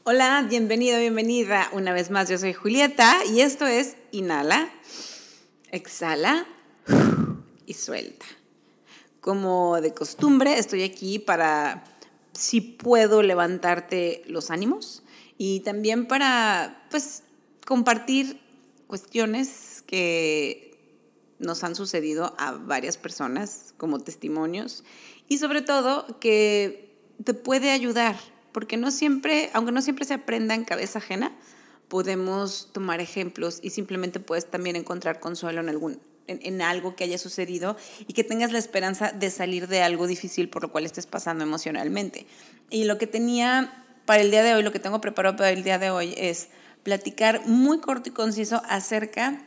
Hola, bienvenido, bienvenida. Una vez más, yo soy Julieta y esto es Inhala, Exhala y Suelta. Como de costumbre, estoy aquí para, si puedo, levantarte los ánimos y también para, compartir cuestiones que nos han sucedido a varias personas como testimonios y sobre todo que te puede ayudar, porque no siempre, aunque no siempre se aprenda en cabeza ajena, podemos tomar ejemplos y simplemente puedes también encontrar consuelo en algo que haya sucedido y que tengas la esperanza de salir de algo difícil por lo cual estés pasando emocionalmente. Y lo que tenía para el día de hoy, lo que tengo preparado para el día de hoy es platicar muy corto y conciso acerca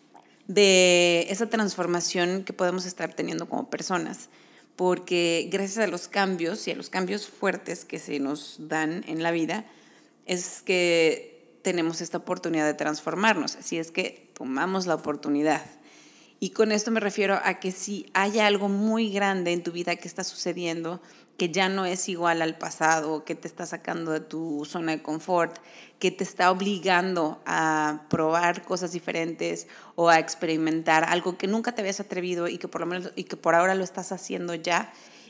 de esa transformación que podemos estar teniendo como personas, porque gracias a los cambios y a los cambios fuertes que se nos dan en la vida, es que tenemos esta oportunidad de transformarnos, así es que tomamos la oportunidad. Y con esto me refiero a que si hay algo muy grande en tu vida que está sucediendo, que ya no es igual al pasado, que te está sacando de tu zona de confort, que te está obligando a probar cosas diferentes o a experimentar algo que nunca te habías atrevido y que por lo menos y que por ahora lo estás haciendo ya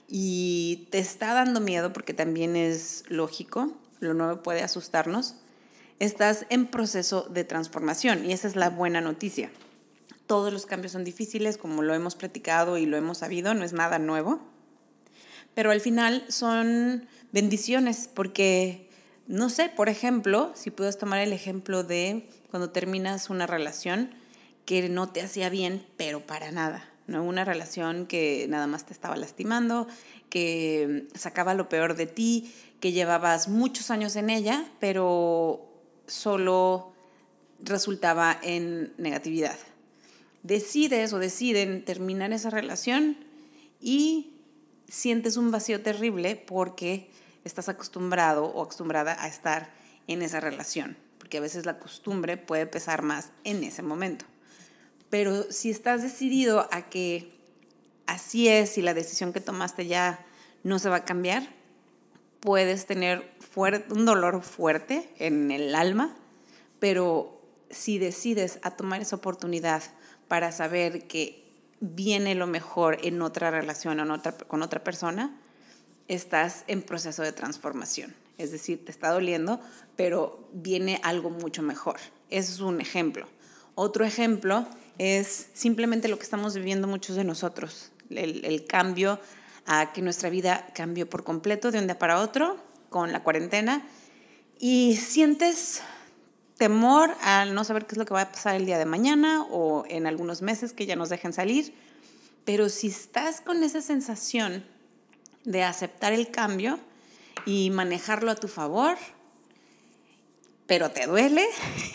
y te está dando miedo, porque también es lógico, lo nuevo puede asustarnos. Estás en proceso de transformación y esa es la buena noticia. Todos los cambios son difíciles, como lo hemos platicado y lo hemos sabido, no es nada nuevo. Pero al final son bendiciones porque, no sé, por ejemplo, si puedes tomar el ejemplo de cuando terminas una relación que no te hacía bien, pero para nada, ¿no? Una relación que nada más te estaba lastimando, que sacaba lo peor de ti, que llevabas muchos años en ella, pero solo resultaba en negatividad. Decides o deciden terminar esa relación y sientes un vacío terrible porque estás acostumbrado o acostumbrada a estar en esa relación, porque a veces la costumbre puede pesar más en ese momento. Pero si estás decidido a que así es y la decisión que tomaste ya no se va a cambiar, puedes tener un dolor fuerte en el alma, pero si decides a tomar esa oportunidad para saber que viene lo mejor en otra relación con otra persona, estás en proceso de transformación. Es decir, te está doliendo, pero viene algo mucho mejor. Ese es un ejemplo. Otro ejemplo es simplemente lo que estamos viviendo muchos de nosotros, el cambio a que nuestra vida cambió por completo de un día para otro con la cuarentena y sientes temor al no saber qué es lo que va a pasar el día de mañana o en algunos meses que ya nos dejen salir. Pero si estás con esa sensación de aceptar el cambio y manejarlo a tu favor, pero te duele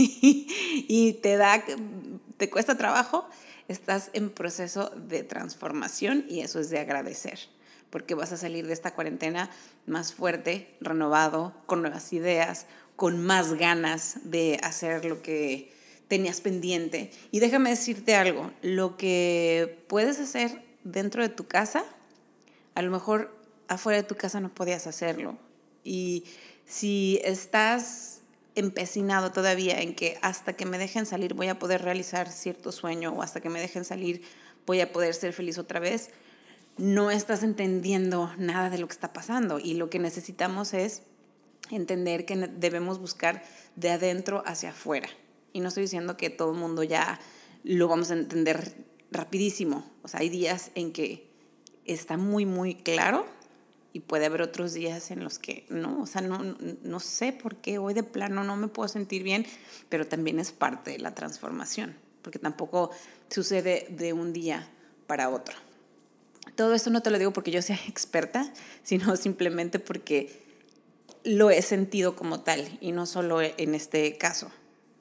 y te cuesta trabajo, estás en proceso de transformación y eso es de agradecer, porque vas a salir de esta cuarentena más fuerte, renovado, con nuevas ideas, con más ganas de hacer lo que tenías pendiente. Y déjame decirte algo, lo que puedes hacer dentro de tu casa, a lo mejor afuera de tu casa no podías hacerlo. Y si estás empecinado todavía en que hasta que me dejen salir voy a poder realizar cierto sueño o hasta que me dejen salir voy a poder ser feliz otra vez, no estás entendiendo nada de lo que está pasando. Y lo que necesitamos es entender que debemos buscar de adentro hacia afuera. Y no estoy diciendo que todo el mundo ya lo vamos a entender rapidísimo. O sea, hay días en que está muy, muy claro y puede haber otros días en los que no. O sea, no sé por qué hoy de plano no me puedo sentir bien, pero también es parte de la transformación, porque tampoco sucede de un día para otro. Todo esto no te lo digo porque yo sea experta, sino simplemente porque lo he sentido como tal y no solo en este caso.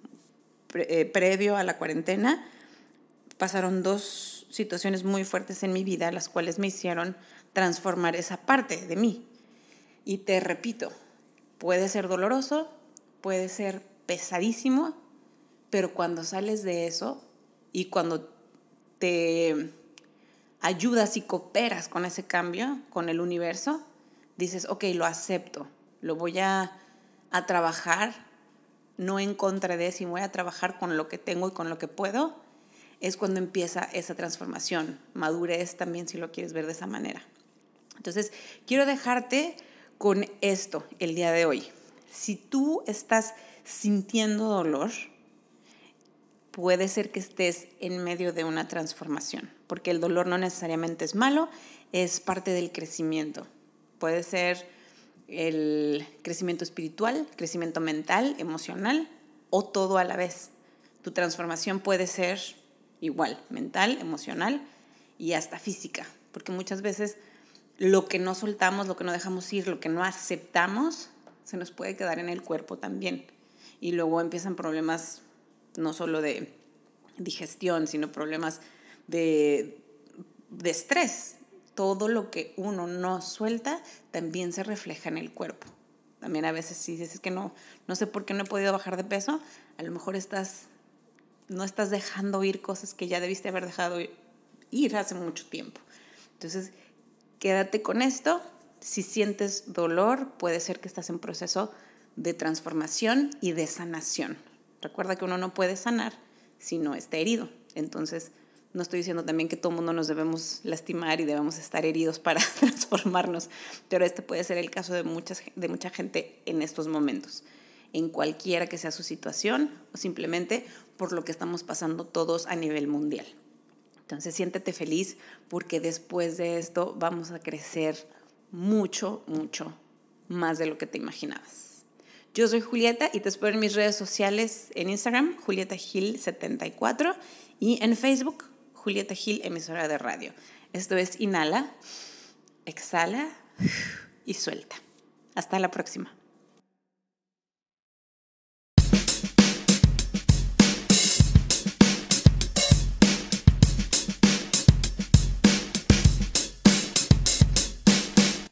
Previo a la cuarentena pasaron 2 situaciones muy fuertes en mi vida, las cuales me hicieron transformar esa parte de mí. Y te repito, puede ser doloroso, puede ser pesadísimo, pero cuando sales de eso y cuando te ayudas y cooperas con ese cambio, con el universo, dices, ok, lo acepto, lo voy a a trabajar, no en contra de, si voy a trabajar con lo que tengo y con lo que puedo, es cuando empieza esa transformación, madurez también, si lo quieres ver de esa manera. Entonces, quiero dejarte con esto el día de hoy. Si tú estás sintiendo dolor, puede ser que estés en medio de una transformación, porque el dolor no necesariamente es malo, es parte del crecimiento. Puede ser el crecimiento espiritual, crecimiento mental, emocional, o todo a la vez. Tu transformación puede ser igual, mental, emocional y hasta física, porque muchas veces lo que no soltamos, lo que no dejamos ir, lo que no aceptamos, se nos puede quedar en el cuerpo también. Y luego empiezan problemas no solo de digestión, sino problemas de estrés. Todo lo que uno no suelta también se refleja en el cuerpo. También a veces si dices que no sé por qué no he podido bajar de peso, a lo mejor no estás dejando ir cosas que ya debiste haber dejado ir hace mucho tiempo. Entonces, quédate con esto. Si sientes dolor, puede ser que estás en proceso de transformación y de sanación. Recuerda que uno no puede sanar si no está herido. Entonces, no estoy diciendo también que todo el mundo nos debemos lastimar y debemos estar heridos para transformarnos, pero este puede ser el caso de mucha gente en estos momentos, en cualquiera que sea su situación o simplemente por lo que estamos pasando todos a nivel mundial. Entonces, siéntete feliz porque después de esto vamos a crecer mucho, mucho más de lo que te imaginabas. Yo soy Julieta y te espero en mis redes sociales, en Instagram, JulietaGil74, y en Facebook, Julieta Gil, emisora de radio. Esto es Inhala, exhala y suelta. Hasta la próxima.